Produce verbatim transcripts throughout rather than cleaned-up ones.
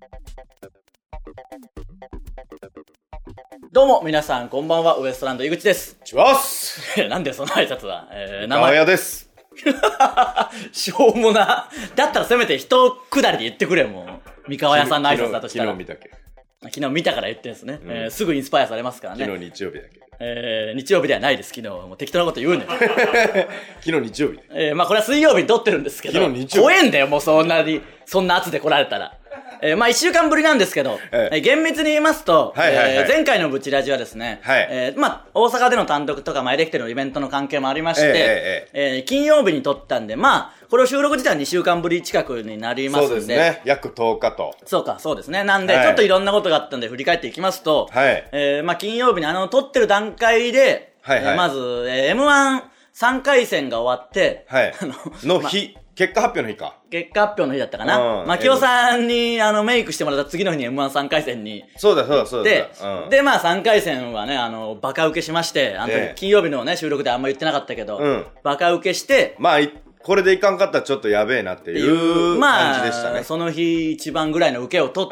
どうも皆さんこんばんは、ウエストランド井口です。 ちわっすなんでその挨拶は、えー、 名前屋です。 しょうもな。だったらせめて一くだりで言ってくれよ、もう。三河屋さんの挨拶だとしたら。 昨日見たっけ。 昨日見たから言ってんですね、うん、えー。すぐインスパイアされますからね。 昨日日曜日だっけ。 えー、日曜日ではないです。昨日はもう適当なこと言うねん。 昨日日曜日。 えー、まあこれは水曜日に撮ってるんですけど。 昨日日曜日。 怖えんだよ、もうそんなに、そんな圧で来られたら。えー、まあ一週間ぶりなんですけど、ええー、厳密に言いますと、はいはいはい、えー、前回のブチラジはですね、はい、えー、まあ大阪での単独とか、まあエレキテルのイベントの関係もありまして、えーえーえー、金曜日に撮ったんで、まあこれを収録自体はにしゅうかんぶり近くになりますんで、 そうですね、約とおかと。 そうか、そうですね。なんで、はい、ちょっといろんなことがあったんで振り返っていきますと、はい、えー、まあ金曜日にあの撮ってる段階で、はいはい、えー、まず、えー、エムワンさんかい戦が終わって、はい、あの、の日、ま結果発表の日か。 結果発表の日だったかな。マキオさんにあのメイクしてもらった次の日に エムワンさん 回戦に。 そうだそうだそうだ。 で、うん、でまあさんかい戦はね、あの、バカ受けしまして、あの、ええ、金曜日のね、収録であんま言ってなかったけど、うん、バカ受けして、 まあ、これでいかんかったらちょっとやべえなっていう感じでしたね。 まあ、その日一番ぐらいの受けを取って、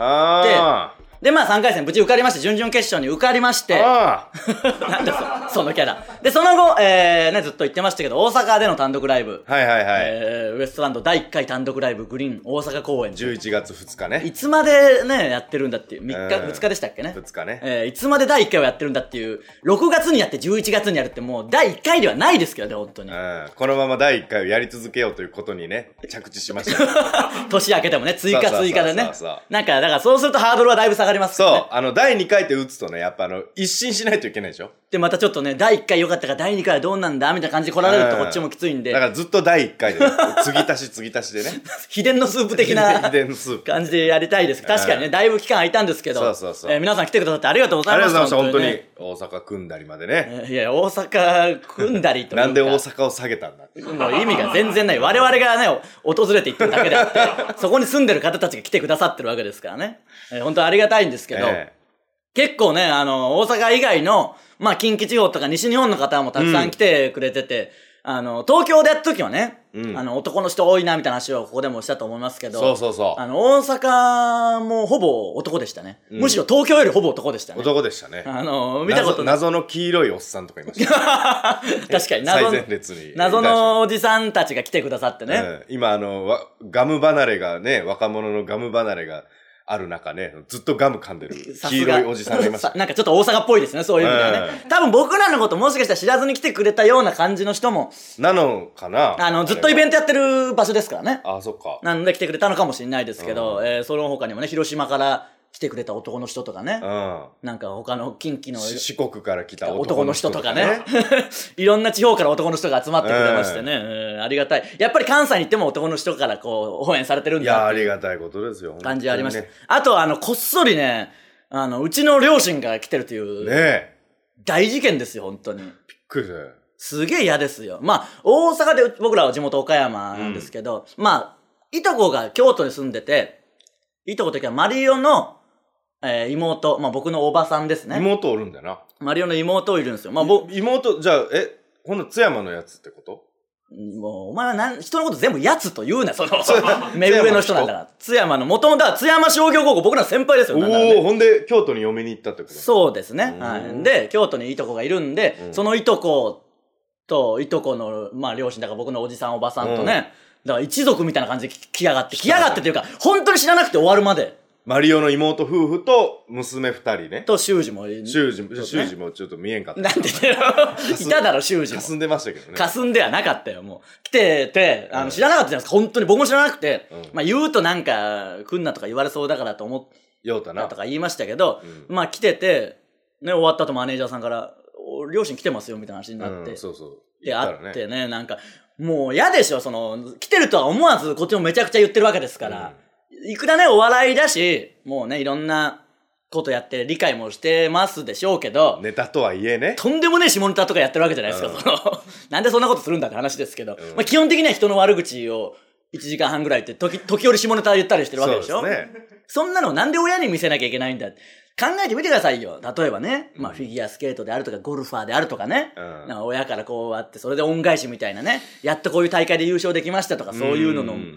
で、まあさんかい戦無事受かりまして、準々決勝に受かりまして、あなんだそ、そのキャラ。で、その後、えー、ね、ずっと言ってましたけど、大阪での単独ライブ。 はいはいはい。 えー、ウエストランドだいいっかい単独ライブ、グリーン大阪公演。 じゅういちがつふつかね。 いつまでね、やってるんだっていう、みっか、ふつかでしたっけね。 ふつかね。 えー、いつまでだいいっかいをやってるんだっていう、ろくがつにやってじゅういちがつにやるってもうだいいっかいではないですけどね、本当に。 うん。このままだいいっかいをやり続けようということにね、着地しました、ね。 年明けてもね、追加追加でね。そうそうそうそう。なんか、だからそうするとハードルはだいぶ下がりますからね。 そう、あの、だいにかいって打つとね、やっぱあの、一新しないといけないでしょ。 で、またちょっとね、だいいっかい良かったからだいにかいはどうなんだみたいな感じで来られるとこっちもきついんで。 だからずっとだいいっかいで、ね、継ぎ足し継ぎ足しでね。 秘伝のスープ的な秘伝のスープ感じでやりたいですけど、確かにね、だいぶ期間空いたんですけど、 そうそうそう。 えー、皆さん来てくださってありがとうございました。 ありがとうございました、本当に。大阪組んだりまでね。 えー、いや、大阪組んだりとなんで大阪を下げたんだって。 もう意味が全然ない。我々がね、訪れていってるだけであって、そこに住んでる方たちが来てくださってるわけですからね。えー、本当ありがたいんですけど、えー結構ね、あの、大阪以外の、まあ、近畿地方とか西日本の方もたくさん来てくれてて、うん、あの、東京でやった時はね、うん、あの、男の人多いなみたいな話をここでもしたと思いますけど、 そうそうそう。 あの、大阪もほぼ男でしたね。うん、むしろ東京よりほぼ男でしたね。 男でしたね。 あの、見たことない。謎の黄色いおっさんとかいました。 確かに謎の、 最前列に謎のおじさんたちが来てくださってね。うん、 今、あの、ガム離れがね、若者のガム離れが、ある中ね、ずっとガム噛んでる黄色いおじさんがいました。 なんかちょっと大阪っぽいですね、そういう意味ではね。多分僕らのこともしかしたら知らずに来てくれたような感じの人も。 なのかなあの、ずっとイベントやってる場所ですからね。 ああ、そっか。 なんで来てくれたのかもしれないですけど、えー、その他にもね、広島から来てくれた男の人とかね。うん。なんか他の近畿の。 四国から来た男の人とかね。いろんな地方から男の人が集まってくれましてね、うん。ありがたい。やっぱり関西に行っても男の人からこう、応援されてるんだ。 いや、ありがたいことですよ。 感じありました。ね、あと、あの、こっそりね、あの、うちの両親が来てるという。ねえ。大事件ですよ、本当に。びっくりしたよ。 すげえ嫌ですよ。まあ、大阪で僕らは地元岡山なんですけど、うん、まあ、いとこが京都に住んでて、いとこというかマリオの、えー、妹、まあ僕のおばさんですね。 妹おるんだよな。 マリオの妹いるんですよ。まあ僕。 妹、じゃあ、え、ほんの津山のやつってこと？ もう、お前はなん、人のこと全部やつと言うな、その、目上の人なんだから。津山の、もともとは津山商業高校、僕ら先輩ですよ。 おお、ほんで、京都に嫁に行ったってこと？ そうですね。はい。で、京都にいとこがいるんで、うん、そのいとこといとこの、まあ両親、だから僕のおじさんおばさんとね、うん、だから一族みたいな感じで来やがって、来やがってというか、本当に知らなくて終わるまで。 マリオの妹夫婦と娘二人ね。 と、修二も。 修二も、修二もちょっと見えんかった。 なんでだよ。いただろ、修二も。 霞んでましたけどね。 霞んではなかったよ、もう。来てて、あの、知らなかったじゃないですか、本当に。僕も知らなくて。うん、まあ言うとなんか、来んなとか言われそうだからと思って。 ようたな。 とか言いましたけど、うん、まあ来てて、ね、終わった後マネージャーさんから、両親来てますよ、みたいな話になって。うん、 そうそう。 で、会ってね、なんか、もう嫌でしょ、その、来てるとは思わず、こっちもめちゃくちゃ言ってるわけですから。うんいくらね、お笑いだし、もうね、いろんなことやって理解もしてますでしょうけど。 ネタとはいえね。 とんでもねえ下ネタとかやってるわけじゃないですか、うん、その。なんでそんなことするんだって話ですけど。うん、まあ基本的には人の悪口をいちじかんはんぐらいって時、時折下ネタ言ったりしてるわけでしょ。そうですね。そんなのなんで親に見せなきゃいけないんだって。考えてみてくださいよ。例えばね、まあフィギュアスケートであるとかゴルファーであるとかね、うん、なんか親からこうあってそれで恩返しみたいなね、やっとこういう大会で優勝できましたとかそういうのの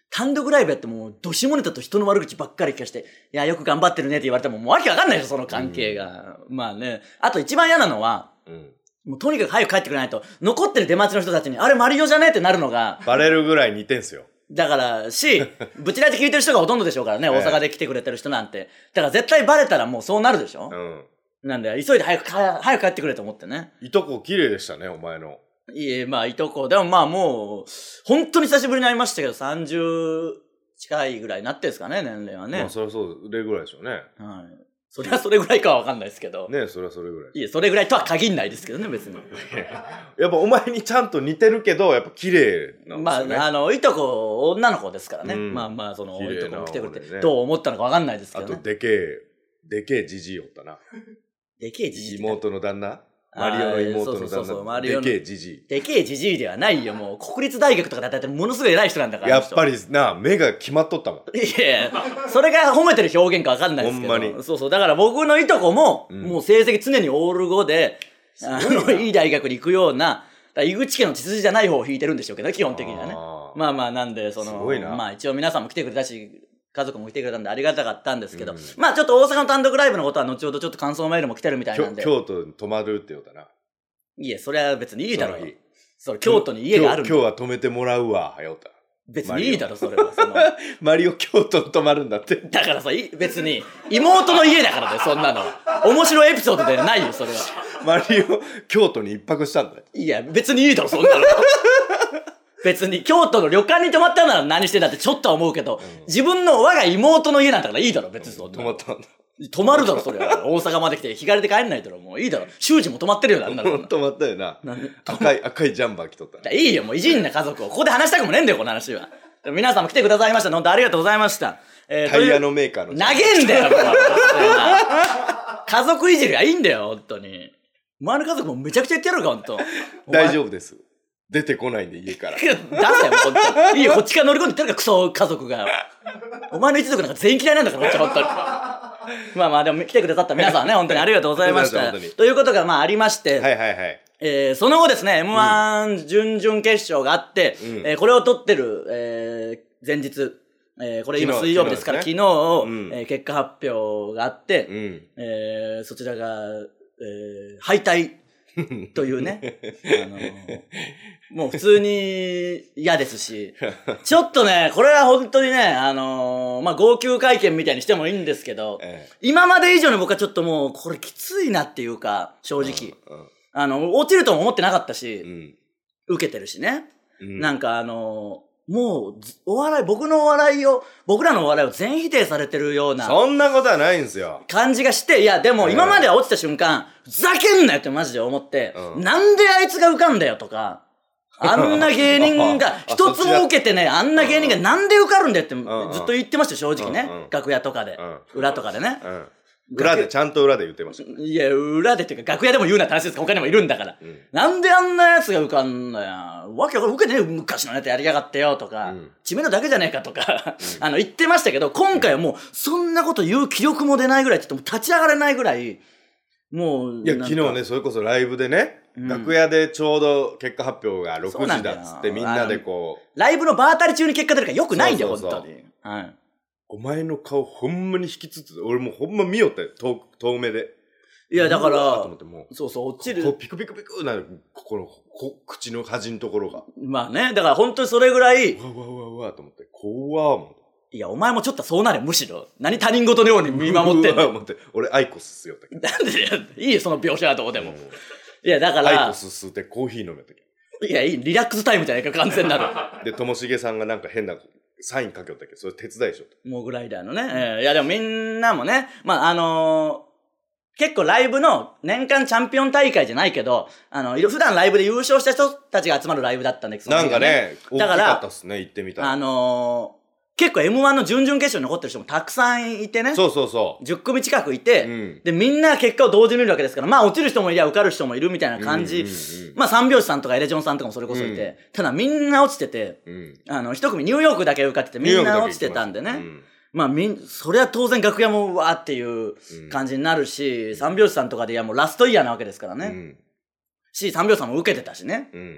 単独ライブやってもう、どしもネタと人の悪口ばっかり聞かして、いや、よく頑張ってるねって言われても、もうわけわかんないでしょ、その関係が。うん、まあね。あと一番嫌なのは、うん、もうとにかく早く帰ってくれないと、残ってる出待ちの人たちに、あれマリオじゃねってなるのが。 バレるぐらい似てんすよ。 だから、し、ブチラジ聞いてる人がほとんどでしょうからね、大阪で来てくれてる人なんて。だから絶対バレたらもうそうなるでしょ。うん。なんで、急いで早く、早く帰ってくれと思ってね。 いとこ綺麗でしたね、お前の。 いえ、まあ、いとこ。でもまあもう、本当に久しぶりに会いましたけど、さんじゅう近いぐらいになってんすかね、年齢はね。 まあ、そりゃそう、それぐらいでしょうね。はい。 それはそれぐらいかはわかんないですけど。 ねそれはそれぐらい。 いえ、それぐらいとは限んないですけどね、別に。 やっぱお前にちゃんと似てるけど、やっぱ綺麗なんですよね。 まあ、あの、いとこ、女の子ですからね。うん、まあまあ、その、いとこも来てくれて、ね、どう思ったのかわかんないですけどね。 あと、でけえ、でけえじじいおったな。 でけえじじい妹の旦那マリオの妹の旦那。でけえじじい。 でけえじじいではないよ、もう。国立大学とかでだってものすごい偉い人なんだから。 やっぱりな、目が決まっとったもん。 いやそれが褒めてる表現かわかんないですけど。ほんまに。そうそう。だから僕のいとこも、うん、もう成績常にオールごで、あの、いい大学に行くような、井口家の血筋じゃない方を引いてるんでしょうけど、基本的にはね。まあまあ、なんで、その、まあ一応皆さんも来てくれたし、家族も来てくれたんでありがたかったんですけど、うん、まあちょっと大阪の単独ライブのことは後ほどちょっと感想メールも来てるみたいなんで。 京都に泊まるって言うたな。 いえ、それは別にいいだろう。それ京都に家があるんだ。今日は泊めてもらうわ、はよった。 別にいいだろ、それは。そのマリオ京都に泊まるんだって。 だからさ、別に妹の家だからね、そんなの。面白いエピソードではないよ、それは。 マリオ京都に一泊したんだよ。 いや、別にいいだろ、そんなの。別に京都の旅館に泊まったなら何してんだってちょっとは思うけど、うん、自分の我が妹の家なんだからいいだろ、別にそんな。 泊まったんだ。 泊まるだろ、それは。大阪まで来て、日帰りで帰んないだろ、もういいだろ。修士も泊まってるよ、なんなら。 泊まったよな。赤い、赤いジャンバー着とった。 いいよ、もういじんな家族を。ここで話したくもねえんだよ、この話は。皆さんも来てくださいました。本当ありがとうございました。 えー、タイヤのメーカーの。 投げんだよ、もう。家族いじりがいいんだよ、本当に。周りの家族もめちゃくちゃ言ってやるか、本当。 大丈夫です。出てこないんで家から。 出せよ、ほんと。いいよ、こっちから乗り込んで言ってるから、クソ家族が。お前の一族なんか全員嫌いなんだから、こっちはほんとに。まあまあ、でも来てくださった皆さんね、本当にありがとうございました。ということがまあありまして、 はいはいはい。 えー、その後ですね、エムワン 準々決勝があって、うん、えー、これを撮ってる、えー、前日、えー、これ今水曜日ですから、昨日、昨日うん、えー、結果発表があって、うん、えー、そちらが、えー、敗退。というね、あのー、もう普通に嫌ですし、ちょっとね、これは本当にね、あのー、まあ、号泣会見みたいにしてもいいんですけど、ええ、今まで以上に僕はちょっともう、これきついなっていうか、正直。うんうん、あの、落ちるとも思ってなかったし、うん、受けてるしね。うん、なんかあのー、もう、お笑い、僕のお笑いを、僕らのお笑いを全否定されてるような。 そんなことはないんですよ。 感じがして、いや、でも今までは落ちた瞬間、ふざけんなよってマジで思って、うん、なんであいつが受かんだよとか、あんな芸人が、一つも受けてね、あんな芸人がなんで受かるんだよってずっと言ってましたよ、正直ね。うんうん、楽屋とかで、うん、裏とかでね。うん裏で、ちゃんと裏で言ってました。 いや、裏でっていうか、楽屋でも言うなって話ですか、他にもいるんだから。うん、なんであんな奴が浮かんだよ。わけわかんない。受けてね、昔のネタやりやがってよ、とか、うん、知名度だけじゃねえか、とか、うん、あの、言ってましたけど、今回はもう、そんなこと言う気力も出ないぐらいって言っても、立ち上がれないぐらい、もう、 いや、昨日ね、それこそライブでね、うん、楽屋でちょうど結果発表がろくじだっつって、みんなでこう。ライブの場当たり中に結果出るからよくないんだよ、本当に。はい。 お前の顔ほんまに引きつつ、俺もうほんま見よったよ、遠、遠目で。 いや、だから、 と思ってもうそうそう、落ちる。 こうピクピクピクなる、ここの、こ口の端のところが。 まあね、だから本当にそれぐらい。 うわうわうわうわと思って、怖ーもん。 いや、お前もちょっとそうなれ、むしろ。何他人事のように見守ってんの。 うわ思って、俺アイコスすよったけど。 なんでいいよ、その描写はどうでも。いや、だから。 アイコス吸ってコーヒー飲めたけど。いや、いい、リラックスタイムじゃないか、完全なる。 で、ともしげさんがなんか変な、サインかけよったけど、それ手伝いしよった。 モグライダーのね。えー、いやでもみんなもね、まああのー、結構ライブの年間チャンピオン大会じゃないけど、あの、普段ライブで優勝した人たちが集まるライブだったんだけど、 なんかね、大きかったっすね、行ってみたら。 あのー、結構 エムワン の準々決勝に残ってる人もたくさんいてね。 そうそうそう。 じゅっ組近くいて、うん、で、みんな結果を同時に見るわけですから、まあ落ちる人もいりゃ受かる人もいるみたいな感じ。うんうんうん、まあ三拍子さんとかエレジョンさんとかもそれこそいて、うん、ただみんな落ちてて、うん、あの、一組ニューヨークだけ受かっててみんな落ちてたんでね。まあみん、そりゃ当然楽屋もわーっていう感じになるし、三拍子さんとかでいやもうラストイヤーなわけですからね。うん、し、三拍子さんも受けてたしね。うん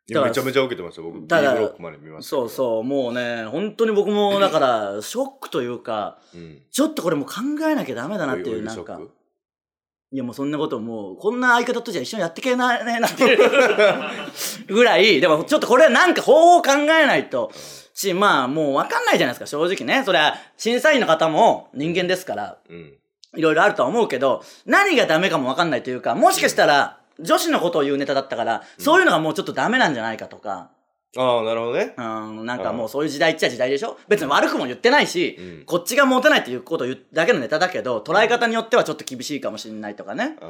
いやめちゃめちゃ受けてました。僕 B ブロックまで見ました。 そうそうもうね本当に僕もだからショックというか、うん、ちょっとこれもう考えなきゃダメだなっていうなんかいやもうそんなこともうこんな相方とじゃ一緒にやってけないねなんていうぐらいでもちょっとこれはなんか方法を考えないとしまあもう分かんないじゃないですか正直ね。それは審査員の方も人間ですから、うん、いろいろあるとは思うけど何がダメかも分かんないというかもしかしたら、うん女子のことを言うネタだったから、そういうのがもうちょっとダメなんじゃないかとか。 ああ、なるほどね。 うん、なんかもうそういう時代っちゃ時代でしょ。別に悪くも言ってないし、うん、こっちがモテないっていうことを言うだけのネタだけど、捉え方によってはちょっと厳しいかもしれないとかね。うん、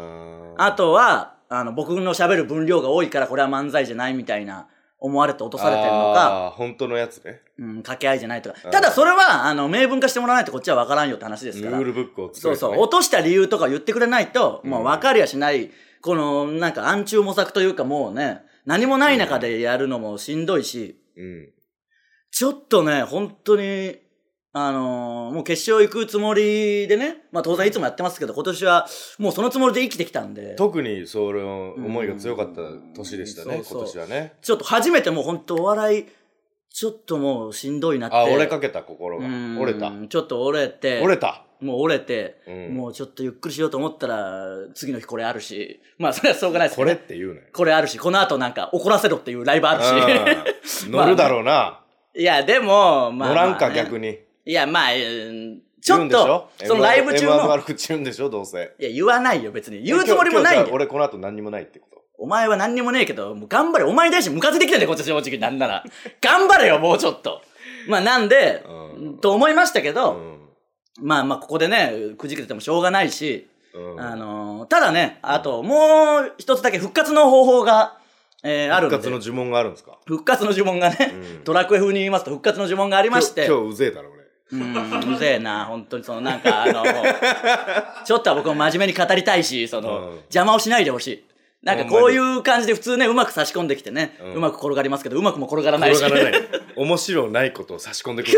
あとは、あの、僕の喋る分量が多いからこれは漫才じゃないみたいな思われて落とされてるのか。 ああ、本当のやつね。 うん、掛け合いじゃないとか。ただそれは、あの、明文化してもらわないとこっちは分からんよって話ですから。 ルールブックを作る、ね。 そうそう。落とした理由とか言ってくれないと、もう分かりやしない。この、なんか暗中模索というかもうね、何もない中でやるのもしんどいし、うん、ちょっとね、本当に、あのー、もう決勝行くつもりでね、まあ当然いつもやってますけど、今年はもうそのつもりで生きてきたんで。 特にその思いが強かった年でしたね、うん、そうそう今年はね。 ちょっと初めてもう本当お笑い、ちょっともうしんどいなって。 あ、折れかけた心が。折れた。 ちょっと折れて。 折れた。 もう折れて、うん、もうちょっとゆっくりしようと思ったら、次の日これあるし、まあそれはしょうがないですけど、ね。 これって言うね。 これあるし、この後なんか怒らせろっていうライブあるし。 乗るだろうな。まあ、 いや、でも、まあ、 乗らんか、逆に。 いや、まあ、ちょっと、そのライブ中の。 エムワン の悪口言うんでしょ、どうせ。 いや、言わないよ、別に。言うつもりもないんだよ。 俺この後何にもないってこと。 お前は何にもねえけど、もう頑張れ。お前に対してムカついてきてんだよ、こっち正直なんなら。頑張れよ、もうちょっと。まあなんで、うん、と思いましたけど、うんまあまあここでねくじけててもしょうがないし、うん、あのー、ただねあともう一つだけ復活の方法が、えー、あるんで復活の呪文があるんですか。 復活の呪文がね、うん、ドラクエ風に言いますと復活の呪文がありまして今日うぜえだろ俺うんうぜえな本当にそのなんかあのちょっとは僕も真面目に語りたいしその、うん、邪魔をしないでほしい。なんかこういう感じで普通ねうまく差し込んできてね、うん、うまく転がりますけどうまくも転がらないし転がらない面白ないことを差し込んでくる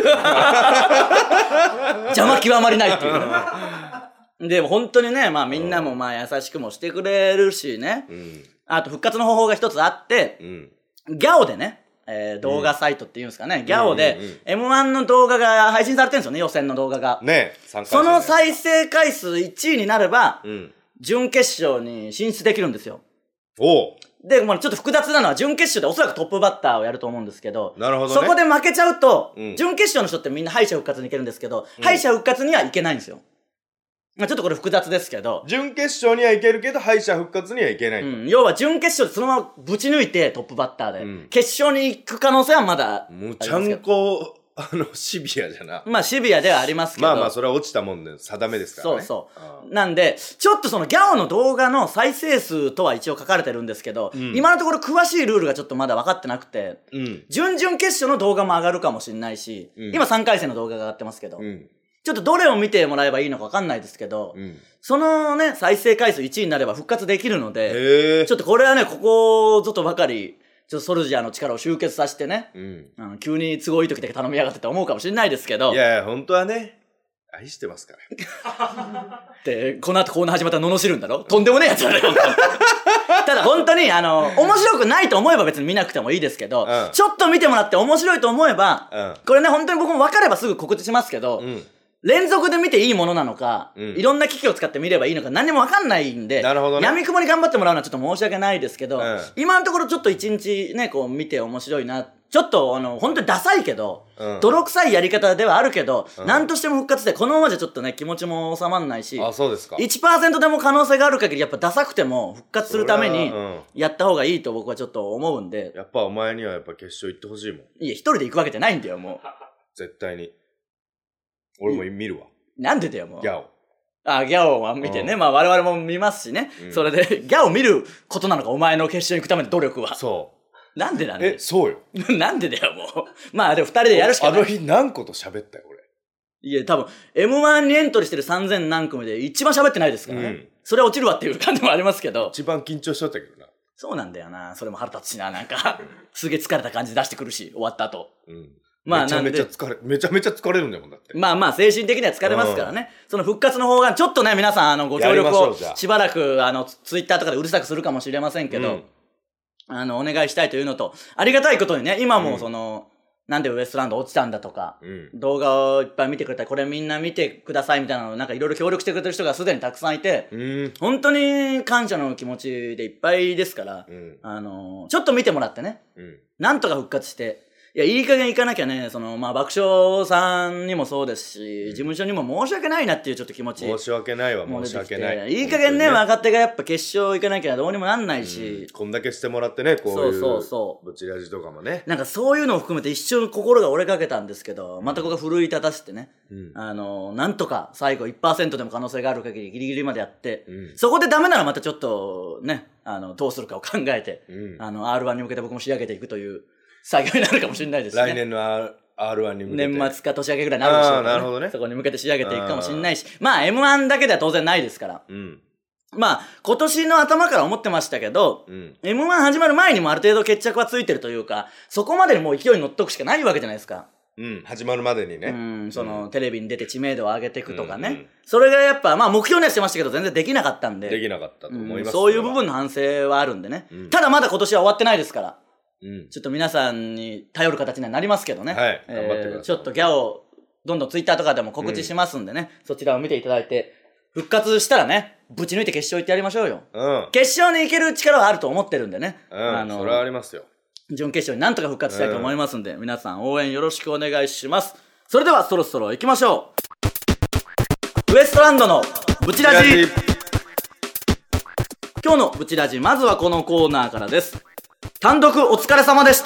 邪魔極まりないっていうねでも本当にねまあみんなもまあ優しくもしてくれるしね、うん、あと復活の方法が一つあって、うん、ギャオでね、えー、動画サイトっていうんですかね、うん、ギャオで エムワン の動画が配信されてるんですよね予選の動画がねその再生回数いちいになれば、うん、準決勝に進出できるんですよ。 おうで、まあ、ちょっと複雑なのは準決勝でおそらくトップバッターをやると思うんですけど、 なるほどね、 そこで負けちゃうと、うん、準決勝の人ってみんな敗者復活に行けるんですけど、うん、敗者復活には行けないんですよ。まあ、ちょっとこれ複雑ですけど。 準決勝には行けるけど敗者復活には行けない。 うん、要は準決勝でそのままぶち抜いてトップバッターで、うん、決勝に行く可能性はまだありますけど。 もうちゃんこあのシビアじゃな。 まあシビアではありますけど。 まあまあそれは落ちたもんで定めですからね。 そうそう。なんでちょっとそのギャオの動画の再生数とは一応書かれてるんですけど、うん、今のところ詳しいルールがちょっとまだ分かってなくて、うん、準々決勝の動画も上がるかもしれないし、うん、今さんかい戦の動画が上がってますけど、うん、ちょっとどれを見てもらえばいいのか分かんないですけど、うん、そのね再生回数いちいになれば復活できるので、ちょっとこれはねここぞとばかり。ちょっとソルジャーの力を集結させてね、うん、あの急に都合いい時だけ頼みやがってって思うかもしれないですけどいやいや本当はね愛してますからでこの後コーナー始まったら罵るんだろとんでもねえやつだねただ本当にあの面白くないと思えば別に見なくてもいいですけど、うん、ちょっと見てもらって面白いと思えば、うん、これね本当に僕も分かればすぐ告知しますけど、うん連続で見ていいものなのか、うん、いろんな機器を使って見ればいいのか何にも分かんないんで、 なるほどね、 闇雲に頑張ってもらうのはちょっと申し訳ないですけど、うん、今のところちょっと一日ねこう見て面白いなちょっとあの本当にダサいけど、うん、泥臭いやり方ではあるけど、うん、何としても復活でこのままじゃちょっとね気持ちも収まんないし、 あそうですか いちパーセント でも可能性がある限りやっぱダサくても復活するためにやった方がいいと僕はちょっと思うんで、 やっぱお前にはやっぱ決勝行ってほしいもん。 いや一人で行くわけじゃないんだよもう絶対に俺も見るわ。 なんでだよもうギャオあギャオは見てね、うん、まあ我々も見ますしね、うん、それでギャオ見ることなのかお前の決勝に行くための努力は。 そうなんでなんでえそうよなんでだよもうまあでも二人でやるしかない。 あの日何個と喋ったよ俺。 いや多分 エムワン にエントリーしてるさんぜん何組で一番喋ってないですからね、うん、それは落ちるわっていう感じもありますけど一番緊張しとったけどな。 そうなんだよなそれも腹立つしななんかすげえ疲れた感じ出してくるし終わった後、うんまあ、めちゃめちゃ疲れ、めちゃめちゃ疲れるんだもんだって。 まあまあ、精神的には疲れますからね。うん、その復活の方が、ちょっとね、皆さん、あの、ご協力をしばらく、あの、ツイッターとかでうるさくするかもしれませんけど、うん、 あの、お願いしたいというのと、ありがたいことにね、今もその、うん、なんでウエストランド落ちたんだとか、うん、動画をいっぱい見てくれた、これみんな見てくださいみたいなのをなんかいろいろ協力してくれてる人がすでにたくさんいて、うん、本当に感謝の気持ちでいっぱいですから、うん、あの、ちょっと見てもらってね、うん、なんとか復活して、いや、いい加減行かなきゃね、その、まあ、爆笑さんにもそうですし、うん、事務所にも申し訳ないなっていうちょっと気持ち。 申し訳ないわ、申し訳ない。 いい加減ね、若手がやっぱ決勝行かなきゃどうにもなんないし。 うん、こんだけしてもらってね、こういう。 そうそうそう。 ブチラジとかもね。 なんかそういうのを含めて一生心が折れかけたんですけど、またここが奮い立たせてね、うん、あの、なんとか最後 いちパーセント でも可能性がある限りギリギリまでやって、うん、そこでダメならまたちょっとね、あの、どうするかを考えて、うん、あの、アールワン に向けて僕も仕上げていくという、作業になるかもしれないですね。 来年の アールワン に向けて。 年末か年明けぐらいになるでしょうから、ね。 なるほどね。 そこに向けて仕上げていくかもしれないし。まあ エムワン だけでは当然ないですから。うん、まあ今年の頭から思ってましたけど、うん、エムワン 始まる前にもある程度決着はついてるというか、そこまでにもう勢いに乗っとくしかないわけじゃないですか。 うん、始まるまでにね。 うん、その、うん、テレビに出て知名度を上げていくとかね。うんうん、それがやっぱ、まあ目標にはしてましたけど、全然できなかったんで。 できなかったと思います、うん、 そういう部分の反省はあるんでね。うん、ただまだ今年は終わってないですから。うん、ちょっと皆さんに頼る形にはなりますけどね。 はい。頑張ってください。 えー、ちょっとギャオをどんどんツイッターとかでも告知しますんでね。うん、そちらを見ていただいて、復活したらね、ぶち抜いて決勝行ってやりましょうよ。うん。決勝に行ける力はあると思ってるんでね。 うん。あの、それはありますよ。 準決勝になんとか復活したいと思いますんで、うん、皆さん応援よろしくお願いします。それではそろそろ行きましょう。ウエストランドのブチラジ。今日のブチラジ、まずはこのコーナーからです。単独お疲れ様でした。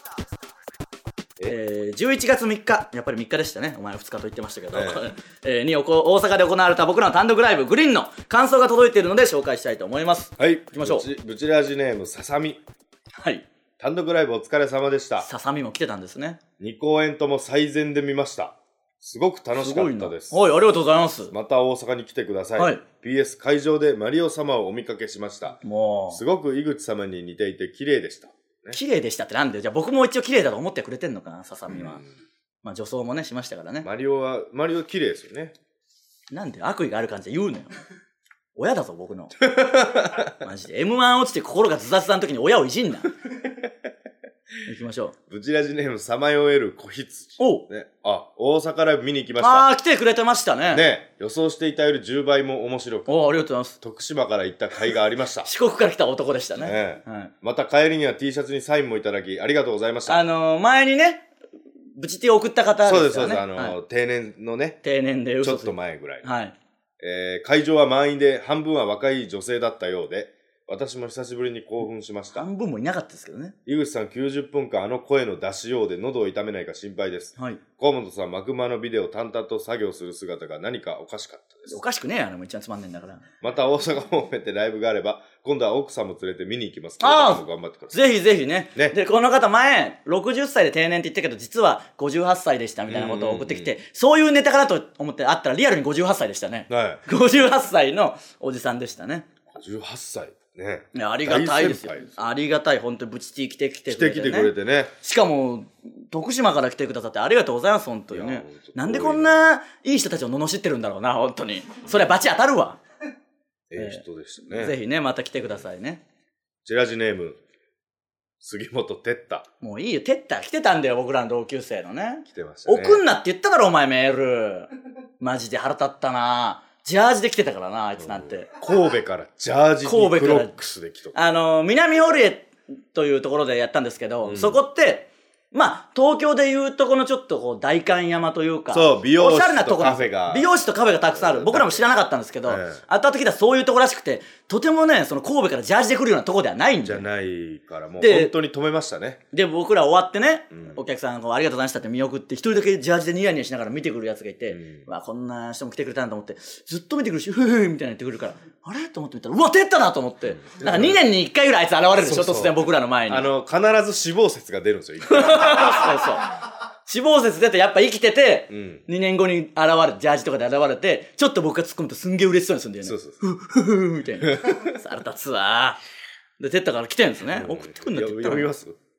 えー、じゅういちがつみっか、やっぱりみっかでしたね。お前ふつかと言ってましたけど、えーえー、におこ大阪で行われた僕らの単独ライブグリーンの感想が届いているので紹介したいと思います。 はい。 行きましょう。 ブチ、ブチラジネームささみ。 はい。 単独ライブお疲れ様でした。 ささみも来てたんですね。 に公演とも最善で見ました。すごく楽しかったです。 はい、ありがとうございます。 また大阪に来てください。はい。ピーエス 会場でマリオ様をお見かけしました。もう。すごく井口様に似ていて綺麗でした。 ね、綺麗でしたってなんでじゃあ僕も一応綺麗だと思ってくれてんのかな、ささみは。まあ女装もね、しましたからね。 マリオは、マリオ綺麗ですよね。 なんで悪意がある感じで言うのよ。親だぞ、僕の。マジで。エムワン 落ちて心がズタズタの時に親をいじんな。行きましょう。ブチラジネームさまよえる子羊。 おう、 ね。あ、大阪ライブ見に行きました。ああ、来てくれてましたね。 ね。予想していたよりじゅうばいも面白く。 お、ありがとうございます。 徳島から行った甲斐がありました。 四国から来た男でしたね。 ね、はい。また帰りには T シャツにサインもいただき、ありがとうございました。 あのー、前にね、ブチティを送った方ですからね。 そうです、そうです。あのーはい、定年のね。 定年でちょっと前ぐらい。 はい。 えー、会場は満員で半分は若い女性だったようで、私も久しぶりに興奮しました。 半分もいなかったですけどね。 井口さんきゅうじゅっぷんかんあの声の出しようで喉を痛めないか心配です。はい。河本さん、マクマのビデオ淡々と作業する姿が何かおかしかったです。 おかしくねえよ、あれも一番つまんねえんだから。 また大阪方面でライブがあれば、今度は奥さんも連れて見に行きます。ああ、頑張ってください。 ぜひぜひね。ね。で、この方前、ろくじゅっさいで定年って言ったけど、実はごじゅうはっさいでしたみたいなことを送ってきて、そういうネタかなと思ってあったらリアルにごじゅうはっさいでしたね。はい。ごじゅうはっさいのおじさんでしたね。 ごじゅうはっさい。ね、 いやありがたいですよ。ありがたい、本当にブチティ来て来てくれて、ね。 来て来てくれてね。 しかも、徳島から来てくださってありがとうございます、本当にね。なんでこんないい人たちを罵ってるんだろうな、本当に。それはバチ当たるわ。 ええ人でしたね。 ぜひね、また来てくださいね。 チラジネーム、杉本哲太。 もういいよ、哲太来てたんだよ、僕らの同級生のね。 来てましたね。 送んなって言っただろ、お前メール。マジで腹立ったな。ジャージで来てたからな、あいつなんて。 神戸からジャージにクロックスで来とった。 あの、南ホルエというところでやったんですけど、うん、そこって、まあ、東京でいうとこのちょっとこう、代官山というか、 そう、美容室とカフェが。 美容室とカフェがたくさんある。僕らも知らなかったんですけど、ええ、後々聞いたらそういうとこらしくて、とてもね、その神戸からジャージで来るようなとこではないんで。 じゃないから、もう本当に止めましたね。 で、僕ら終わってね、うん、お客さんこうありがとうございましたって見送って、一人だけジャージでニヤニヤしながら見てくるやつがいて、うん、わ、こんな人も来てくれたんだと思って、ずっと見てくるし、ふふふみたいな言ってくるから、あれと思ってみたら、うわ、出たなと思って、うん、なんかにねんにいっかいぐらいあいつ現れるでしょ、突然僕らの前に。 あの、必ず死亡説が出るんですよ、そうそう。 死亡説出てやっぱ生きてて、うん、にねんごに現れ、ジャージとかで現れて、ちょっと僕が突っ込むとすんげえ嬉しそうにするんだよね。そうそうそう。ふふふみたいな。さら立つわ。で、てったから来てんですね。うん、送ってくんなって言った読みます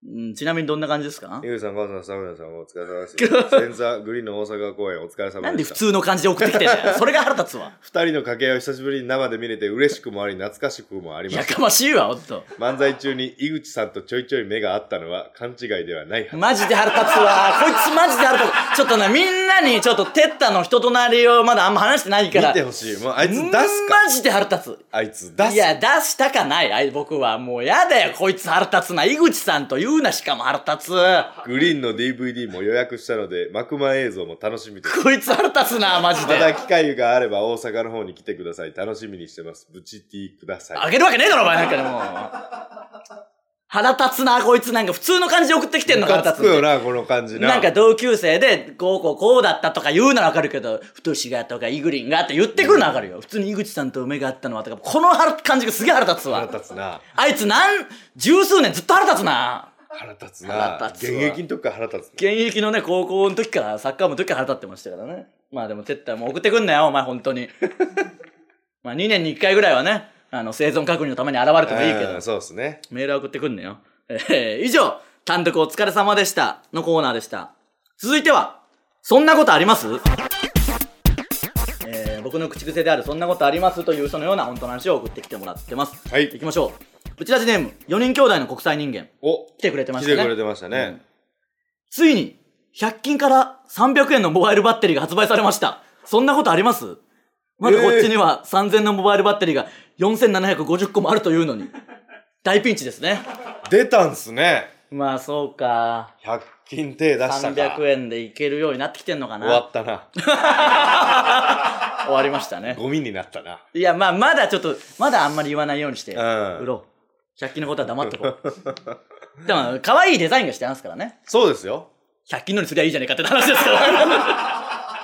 うん、ちなみにどんな感じですか？ ゆうさん、ばあさん、サムラさん、お疲れ様です。前座グリーンの大阪公演お疲れ様でした。 なんで普通の感じで送ってきてんだよ。それが腹立つわ。 二人の掛け合いを久しぶりに生で見れて嬉しくもあり懐かしくもありました。 やかましいわ、ほんと。 漫才中に井口さんとちょいちょい目が合ったのは勘違いではないはず。 マジで腹立つわ。こいつマジで腹立つ。ちょっとね、みんなにちょっとテッタの人となりをまだあんま話してないから。 見てほしい。もうあいつ出すか。 マジで腹立つ。 あいつ出す。 いや、出したかない。あい僕はもうやだよ、こいつ腹立つな。井口さんと言うな、しかも腹立つ。 グリーンの ディーブイディー も予約したので、幕間映像も楽しみです。 こいつ腹立つな、マジで。 まだ機会があれば大阪の方に来てください。楽しみにしてます。ブチティください。 あげるわけねえだろ、お前なんかでも。腹立つな、こいつなんか普通の感じで送ってきてんの腹立つ。 ムカつくよな、この感じな。 なんか同級生で、こうこうこうだったとか言うならわかるけど、太しがとかイグリンがって言ってくるのはわかるよ。うん、普通に井口さんと目があったのはとか、この感じがすげえ腹立つわ。 腹立つな。 あいつなん、十数年ずっと腹立つな。 腹立つな。腹立つ。現役の時から腹立つ。 現役のね、高校の時から、サッカー部の時から腹立ってましたからね。まあでも絶対もう送ってくんなよ、お前本当に。まあにねんにいっかいぐらいはね、あの、生存確認のために現れてもいいけど。 そうですね。 メールは送ってくんなよ。えー、以上、単独お疲れ様でしたのコーナーでした。続いては、そんなことあります？えー、僕の口癖であるそんなことありますというそのような本当の話を送ってきてもらってます。 はい。 行きましょう。ブチラジネーム、よにん兄弟の国際人間。 お、 来てくれてましたね。 来てくれてましたね。うん、 ついに、ひゃく均からさんびゃくえんのモバイルバッテリーが発売されました。そんなことあります？まだこっちにはさんぜんのモバイルバッテリーがよんせんななひゃくごじゅっこもあるというのに。大ピンチですね。 出たんすね。 まあそうか。 ひゃく均手出したか。 さんびゃくえんでいけるようになってきてんのかな。 終わったな。 終わりましたね。 ゴミになったな。 いやまあまだちょっと、まだあんまり言わないようにして、 うん、 売ろう。ひゃく均のことは黙っとこう。でも、可愛いデザインがしてますからね。 そうですよ。 ひゃく均のにすりゃいいじゃねえかって話ですから。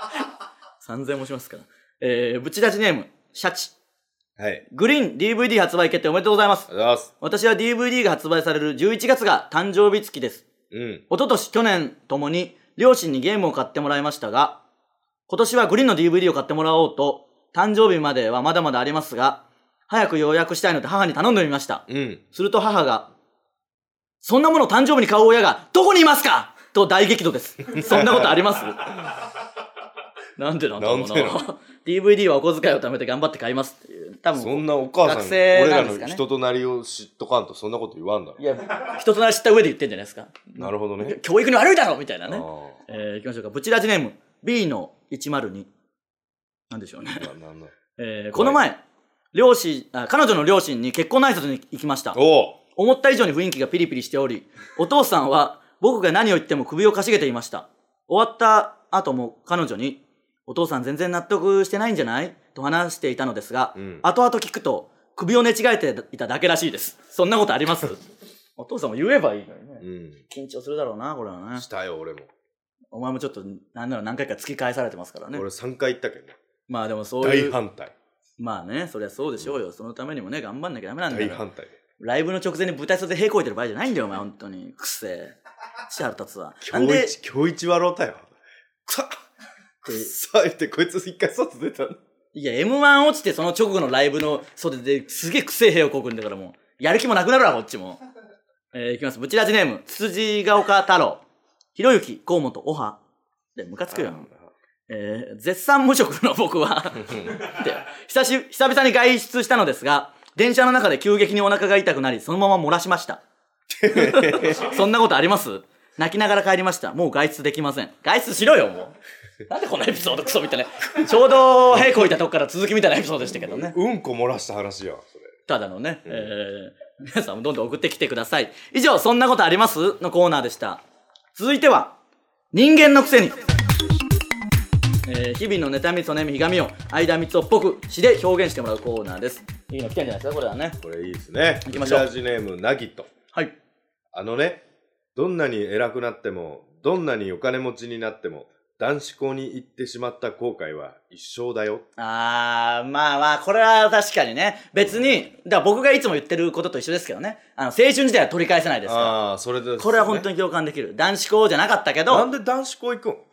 さんぜんもしますから。えー、ブチラジネーム、シャチ。 はい。 グリーン ディーブイディー 発売決定おめでとうございます。 ありがとうございます。 私は ディーブイディー が発売されるじゅういちがつが誕生日月です。 うん。 一昨年、去年ともに両親にゲームを買ってもらいましたが、今年はグリーンの ディーブイディー を買ってもらおうと、誕生日まではまだまだありますが、早く予約したいので母に頼んでみました。 うん。 すると母が、そんなものを誕生日に買う親がどこにいますかと大激怒です。そんなことありますなんでなんだろうな。ディーブイディー はお小遣いを貯めて頑張って買いますっていう。多分そんなお母さん、 学生俺らなんですかね。 の人となりを知っとかんとそんなこと言わんだろ。 いや、人となり知った上で言ってんじゃないですか。 なるほどね。 教育に悪いだろみたいなね。えー、行きましょうか。ブチラジネーム ビー のいちまるに。なんでしょうね。 なんだえー、この前、両親あ、彼女の両親に結婚の挨拶に行きました。 お思った以上に雰囲気がピリピリしており、お父さんは僕が何を言っても首をかしげていました。終わった後も彼女に、お父さん全然納得してないんじゃないと話していたのですが、うん、後々聞くと首を寝違えていただけらしいです。そんなことありますお父さんも言えばいいのにね、うん。緊張するだろうな、これはね。 したよ、俺も。 お前もちょっと、なんなら何回か突き返されてますからね。 俺さんかい行ったけどね。 まあでもそういう。 大反対。まあね、そりゃそうでしょうよ。うん、そのためにもね、頑張んなきゃダメなんだよ。 大反対。 ライブの直前に舞台袖で屁こいてる場合じゃないんだよ、お前、ほんとに。くせえ。し腹立つわ。 今日一、今日一笑うたよ。くさっくっさ言って、こいつ一回外出たの。 いや、エムワン 落ちてその直後のライブの袖ですげえくせえ屁をこくんだからもう、やる気もなくなるわ、こっちも。えー、いきます。ブチラジネーム、つつじが丘太郎。ひろゆき、河本、おは。で、ムカつくよ。えー、絶賛無職の僕はで久し、久々に外出したのですが、電車の中で急激にお腹が痛くなり、そのまま漏らしました。そんなことあります？泣きながら帰りました。もう外出できません。外出しろよ、もう。なんでこのエピソードクソみたいな。ちょうど屁こいたとこから続きみたいなエピソードでしたけどね。 うんこ漏らした話や、それ。 ただのね、うん、えー、皆さんもどんどん送ってきてください。以上、そんなことありますのコーナーでした。続いては、人間のくせに。えー、日々の妬み、そねみ、ひがみを相田みつをっぽく詩で表現してもらうコーナーです。いいの来てんじゃないですか、これはね。 これいいですね。 行きましょう。 ラジネーム、ナギト。 はい。 あのね、どんなに偉くなっても、どんなにお金持ちになっても、男子校に行ってしまった後悔は一生だよ。 あー、まあまあ、これは確かにね。別に、だから僕がいつも言ってることと一緒ですけどね。あの、青春時代は取り返せないですから。 あー、それです、ね。 これは本当に共感できる。男子校じゃなかったけど。 なんで男子校行くん？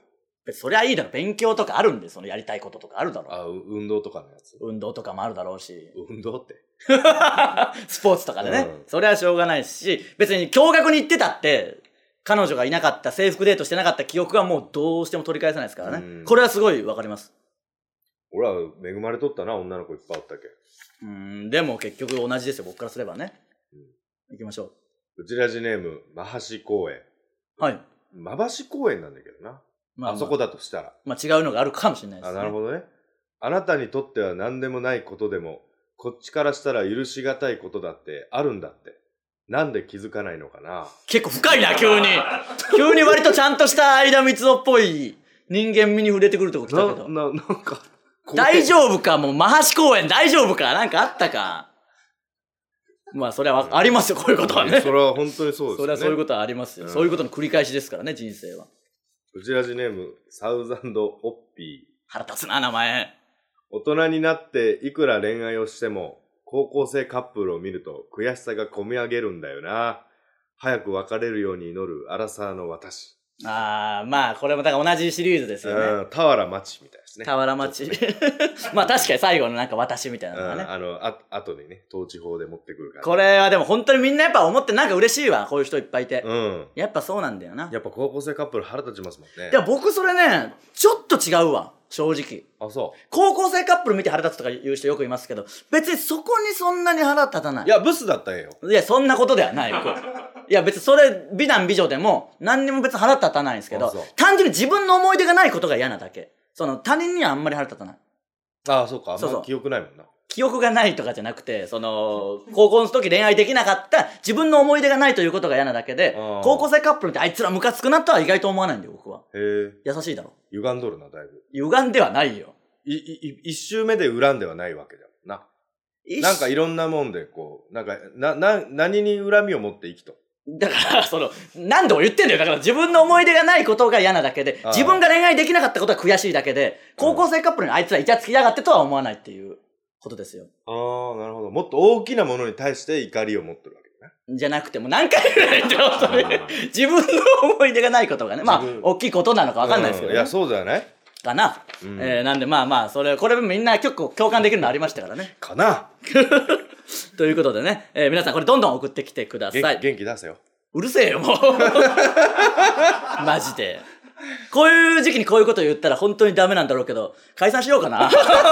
そりゃいいだろ。勉強とかあるんで、そのやりたいこととかあるだろ。 あ、運動とかのやつ。 運動とかもあるだろうし。 運動ってスポーツとかでね、うん。それはしょうがないし、別に共学に行ってたって、彼女がいなかった、制服デートしてなかった記憶はもうどうしても取り返せないですからね。これはすごいわかります。 俺は恵まれとったな、女の子いっぱいあったっけ。 うん、でも結局同じですよ、僕からすればね。うん、行きましょう。うちらじネーム、まはし公園。 はい。 まばし公園なんだけどな。まあ、まあ、あそこだとしたら。 まあ違うのがあるかもしれないですね。 あ、なるほどね。あなたにとっては何でもないことでも、こっちからしたら許しがたいことだってあるんだって。なんで気づかないのかな。 結構深いな、急に。急に割とちゃんとした相田光雄っぽい人間味に触れてくるとこ来たけど。 な、な、なんか。 大丈夫かもう、マハシ公園大丈夫かなんかあったか。まあ、それはありますよ、こういうことはね。 それは本当にそうですね。 それはそういうことはありますよ。うん、そういうことの繰り返しですからね、人生は。 うちらじネーム、サウザンド・ホッピー。 腹立つな、名前。 大人になっていくら恋愛をしても、高校生カップルを見ると悔しさがこみ上げるんだよな。早く別れるように祈るアラサーの私。 ああ、まあ、これもだから同じシリーズですよね。 うん、俵町みたいですね。 俵町。まあ確かに最後のなんか私みたいなのがね。 うん、あの、あ、後でね、統治法で持ってくるから。 これはでも本当にみんなやっぱ思ってなんか嬉しいわ。こういう人いっぱいいて。 うん。 やっぱそうなんだよな。 やっぱ高校生カップル腹立ちますもんね。 いや、僕それね、ちょっと違うわ。正直。 あ、そう。 高校生カップル見て腹立つとか言う人よくいますけど、別にそこにそんなに腹立たない。 いや、ブスだったんよ。 いや、そんなことではないよ。いや、別にそれ、美男美女でも、何にも別に腹立たないんですけど、単純に自分の思い出がないことが嫌なだけ。その、他人にはあんまり腹立たない。 ああ、そうか。あんま記憶ないもんな。 記憶がないとかじゃなくて、その、高校の時恋愛できなかった自分の思い出がないということが嫌なだけで、高校生カップルってあいつらムカつくなとは意外と思わないんだよ、僕は。 へえ。 優しいだろ。 歪んどるな、だいぶ。 歪んではないよ。 い、い、一周目で恨んではないわけだもんな。なんかいろんなもんで、こう、なんか、な、な、何に恨みを持って生きと。 だから、その、何度も言ってんだよ。だから自分の思い出がないことが嫌なだけで、自分が恋愛できなかったことが悔しいだけで、高校生カップルにあいつらイチャつきやがってとは思わないっていうことですよ。 ああ、なるほど。もっと大きなものに対して怒りを持ってるわけね。 じゃなくても何回ぐらい言ってよ、それ。自分の思い出がないことがね。まあ、大きいことなのか分かんないですけどね。 いや、そうじゃないかな。うん、えー、なんでまあまあ、それ、これみんな結構共感できるのありましたからね。 かなということでね、えー、皆さんこれどんどん送ってきてください。 元気出せよ。 うるせえよ、もう。マジで。こういう時期にこういうこと言ったら本当にダメなんだろうけど、解散しようかな。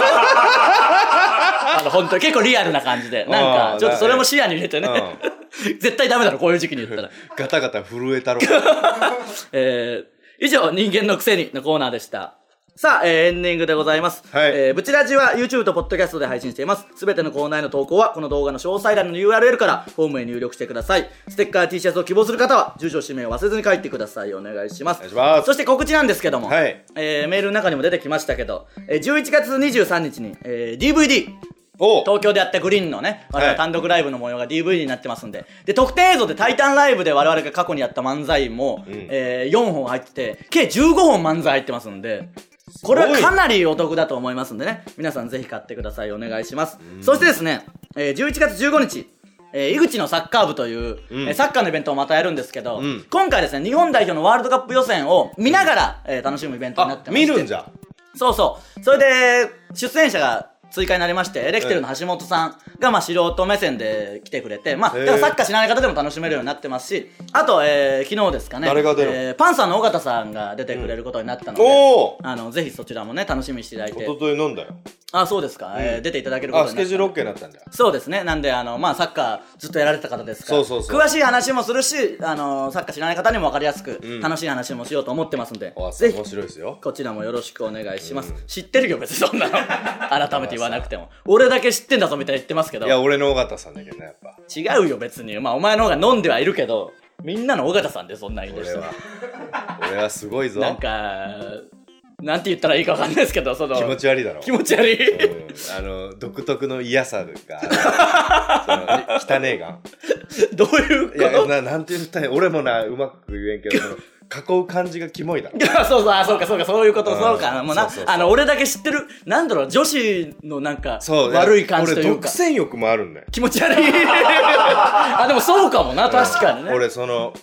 あの、本当に結構リアルな感じで。なんか、ちょっとそれも視野に入れてね。絶対ダメだろ、こういう時期に言ったら。 ガタガタ震えたろ。 えー、以上、人間のくせにのコーナーでした。さあ、えー、エンディングでございます。 はい。 えー、ブチラジは YouTube と Podcast で配信しています。すべてのコーナーへの投稿は、この動画の詳細欄の ユーアールエル からフォームへ入力してください。ステッカー T シャツを希望する方は、住所氏名を忘れずに書いてください。お願いします。 お願いします。 そして告知なんですけども、 はい。 えー、メールの中にも出てきましたけど、えー、じゅういちがつにじゅうさんにちに、えー、ディーブイディー、東京でやったグリーンのね、我々単独ライブの模様が ディーブイディー になってますんで、で、特典映像でタイタンライブで我々が過去にやった漫才も、うん、えー、よんほん入ってて、計じゅうごほん漫才入ってますんで、これはかなりお得だと思いますんでね、皆さんぜひ買ってください。お願いします。そしてですね、えー、じゅういちがつじゅうごにち、えー、井口のサッカー部という、うん、えー、サッカーのイベントをまたやるんですけど、うん、今回ですね、日本代表のワールドカップ予選を見ながら、えー、楽しむイベントになってまして。 見るんじゃ。 そうそう。それで、出演者が追加になりまして、エレキテルの橋本さんが、まあ、素人目線で来てくれて、まあ、だからサッカー知らない方でも楽しめるようになってますし、あと、えー、昨日ですかね、 誰が出る、 えー、パンサーの尾形さんが出てくれることになったので、 うん、 あの、ぜひそちらもね、楽しみにしていただいて。 おととい飲んだよ。 あ、そうですか、うん、えー、出ていただけることになった。 あ、スケジュール OK になったんだよ。 そうですね。なんで、あの、まあ、サッカーずっとやられてた方ですから、 そうそうそう、 詳しい話もするし、あの、サッカー知らない方にも分かりやすく、うん、楽しい話もしようと思ってますんで、 ぜひ、面白いですよ。 こちらもよろしくお願いします。うん、知ってるよ、別にそんなの。改めて言わなくても。俺だけ知ってんだぞみたいに言ってますけど。 いや、俺の尾形さんだけどね、やっぱ。 違うよ、別に。まあ、お前の方が飲んではいるけど、みんなの尾形さんでそんな言い出したら。 俺はすごいぞ。 なんか、なんて言ったらいいかわかんないですけど、その。 気持ち悪いだろ。 気持ち悪い。 うん、あの、独特の嫌さが、その、汚ねえが。 どういうこと？いや、な、なんて言ったら、俺もな、うまく言えんけど、その、囲う感じがキモいだろ。 そうそう、あ、そうか、そうか、そういうこと、うん、そうか。もうな、そうそうそう、あの、俺だけ知ってる、なんだろう、女子のなんか、悪い感じというか。 俺、独占欲もあるんだよ。 気持ち悪い。あ、でもそうかもな、確かにね。 俺、その、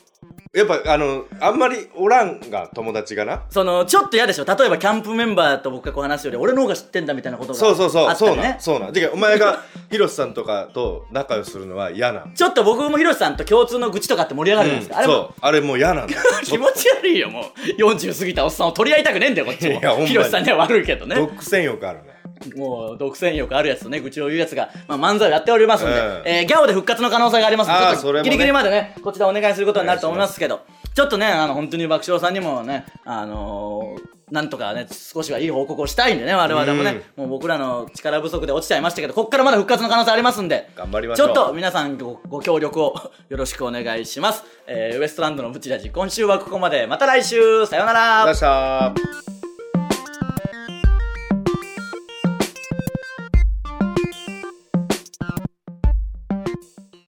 やっぱあのあんまりおらんが友達がな、 そのちょっと嫌でしょ。例えばキャンプメンバーと僕がこう話すより俺の方が知ってんだみたいなことがあったりね。 そうそうそうそうなんそうなん。じゃあお前がヒロシさんとかと仲良くするのは嫌なん。 ちょっと僕もヒロシさんと共通の愚痴とかって盛り上がるじゃないですか、 うん、 あれもそうあれもう嫌なんだ気持ち悪いよ。もうよんじゅう過ぎたおっさんを取り合いたくねえんだよこっちも。 いやほんまにヒロシさんには悪いけどね。 独占欲あるね。 もう独占欲あるやつとね愚痴を言うやつが、まあ、漫才をやっておりますので、 うんえー、ギャオで復活の可能性がありますので、 あーちょっとギリギリまでねこちらお願いすることになると思いますけど、ちょっとねあの本当に爆笑さんにもねあのーなんとかね少しはいい報告をしたいんでね、我々もね、もう僕らの力不足で落ちちゃいましたけど、こっからまだ復活の可能性ありますんで頑張りましょう。 ちょっと皆さん ご, ご協力をよろしくお願いします。えー、ウエストランドのブチラジ今週はここまで。また来週さようなら。 ありがとうございました。